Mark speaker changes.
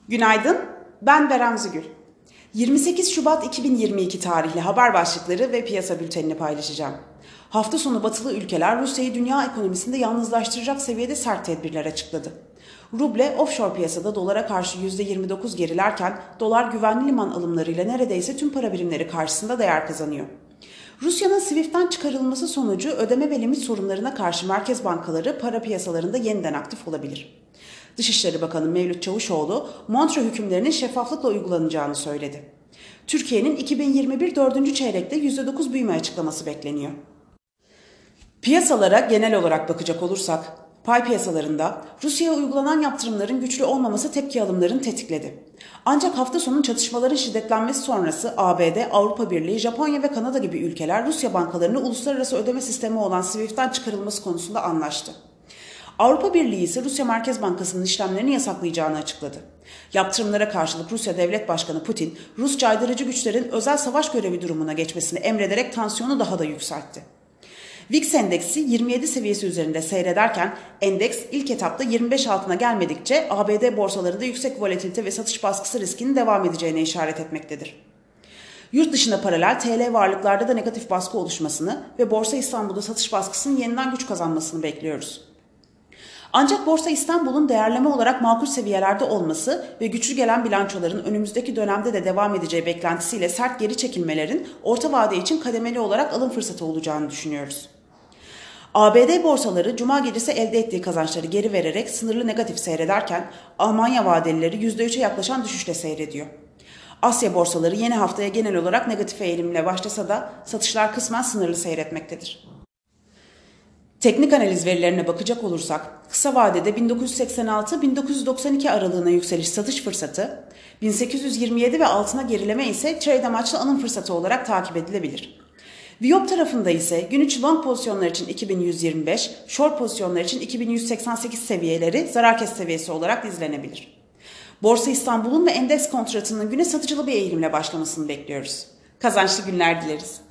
Speaker 1: Günaydın, ben Berem Zügül. 28 Şubat 2022 tarihli haber başlıkları ve piyasa bültenini paylaşacağım. Hafta sonu batılı ülkeler Rusya'yı dünya ekonomisinde yalnızlaştıracak seviyede sert tedbirler açıkladı. Ruble offshore piyasada dolara karşı %29 gerilerken dolar güvenli liman alımlarıyla neredeyse tüm para birimleri karşısında değer kazanıyor. Rusya'nın SWIFT'ten çıkarılması sonucu ödeme ve limit sorunlarına karşı merkez bankaları para piyasalarında yeniden aktif olabilir. Dışişleri Bakanı Mevlüt Çavuşoğlu, Montreux hükümlerinin şeffaflıkla uygulanacağını söyledi. Türkiye'nin 2021 4. çeyrekte %9 büyüme açıklaması bekleniyor. Piyasalara genel olarak bakacak olursak, pay piyasalarında Rusya'ya uygulanan yaptırımların güçlü olmaması tepki alımlarını tetikledi. Ancak hafta sonu çatışmaların şiddetlenmesi sonrası ABD, Avrupa Birliği, Japonya ve Kanada gibi ülkeler Rusya bankalarını uluslararası ödeme sistemi olan SWIFT'ten çıkarılması konusunda anlaştı. Avrupa Birliği ise Rusya Merkez Bankası'nın işlemlerini yasaklayacağını açıkladı. Yaptırımlara karşılık Rusya Devlet Başkanı Putin, Rus caydırıcı güçlerin özel savaş görevi durumuna geçmesini emrederek tansiyonu daha da yükseltti. VIX endeksi 27 seviyesi üzerinde seyrederken endeks ilk etapta 25 altına gelmedikçe ABD borsalarında yüksek volatilite ve satış baskısı riskinin devam edeceğine işaret etmektedir. Yurt dışına paralel TL varlıklarda da negatif baskı oluşmasını ve Borsa İstanbul'da satış baskısının yeniden güç kazanmasını bekliyoruz. Ancak Borsa İstanbul'un değerleme olarak makul seviyelerde olması ve güçlü gelen bilançoların önümüzdeki dönemde de devam edeceği beklentisiyle sert geri çekilmelerin orta vade için kademeli olarak alım fırsatı olacağını düşünüyoruz. ABD borsaları Cuma gecesi elde ettiği kazançları geri vererek sınırlı negatif seyrederken Almanya vadelileri %3'e yaklaşan düşüşle seyrediyor. Asya borsaları yeni haftaya genel olarak negatif eğilimle başlasa da satışlar kısmen sınırlı seyretmektedir. Teknik analiz verilerine bakacak olursak, kısa vadede 1986-1992 aralığına yükseliş satış fırsatı, 1827 ve altına gerileme ise trade amaçlı alım fırsatı olarak takip edilebilir. Viyop tarafında ise gün içi long pozisyonlar için 2125, short pozisyonlar için 2188 seviyeleri zarar kes seviyesi olarak izlenebilir. Borsa İstanbul'un ve endeks kontratının güne satıcılı bir eğilimle başlamasını bekliyoruz. Kazançlı günler dileriz.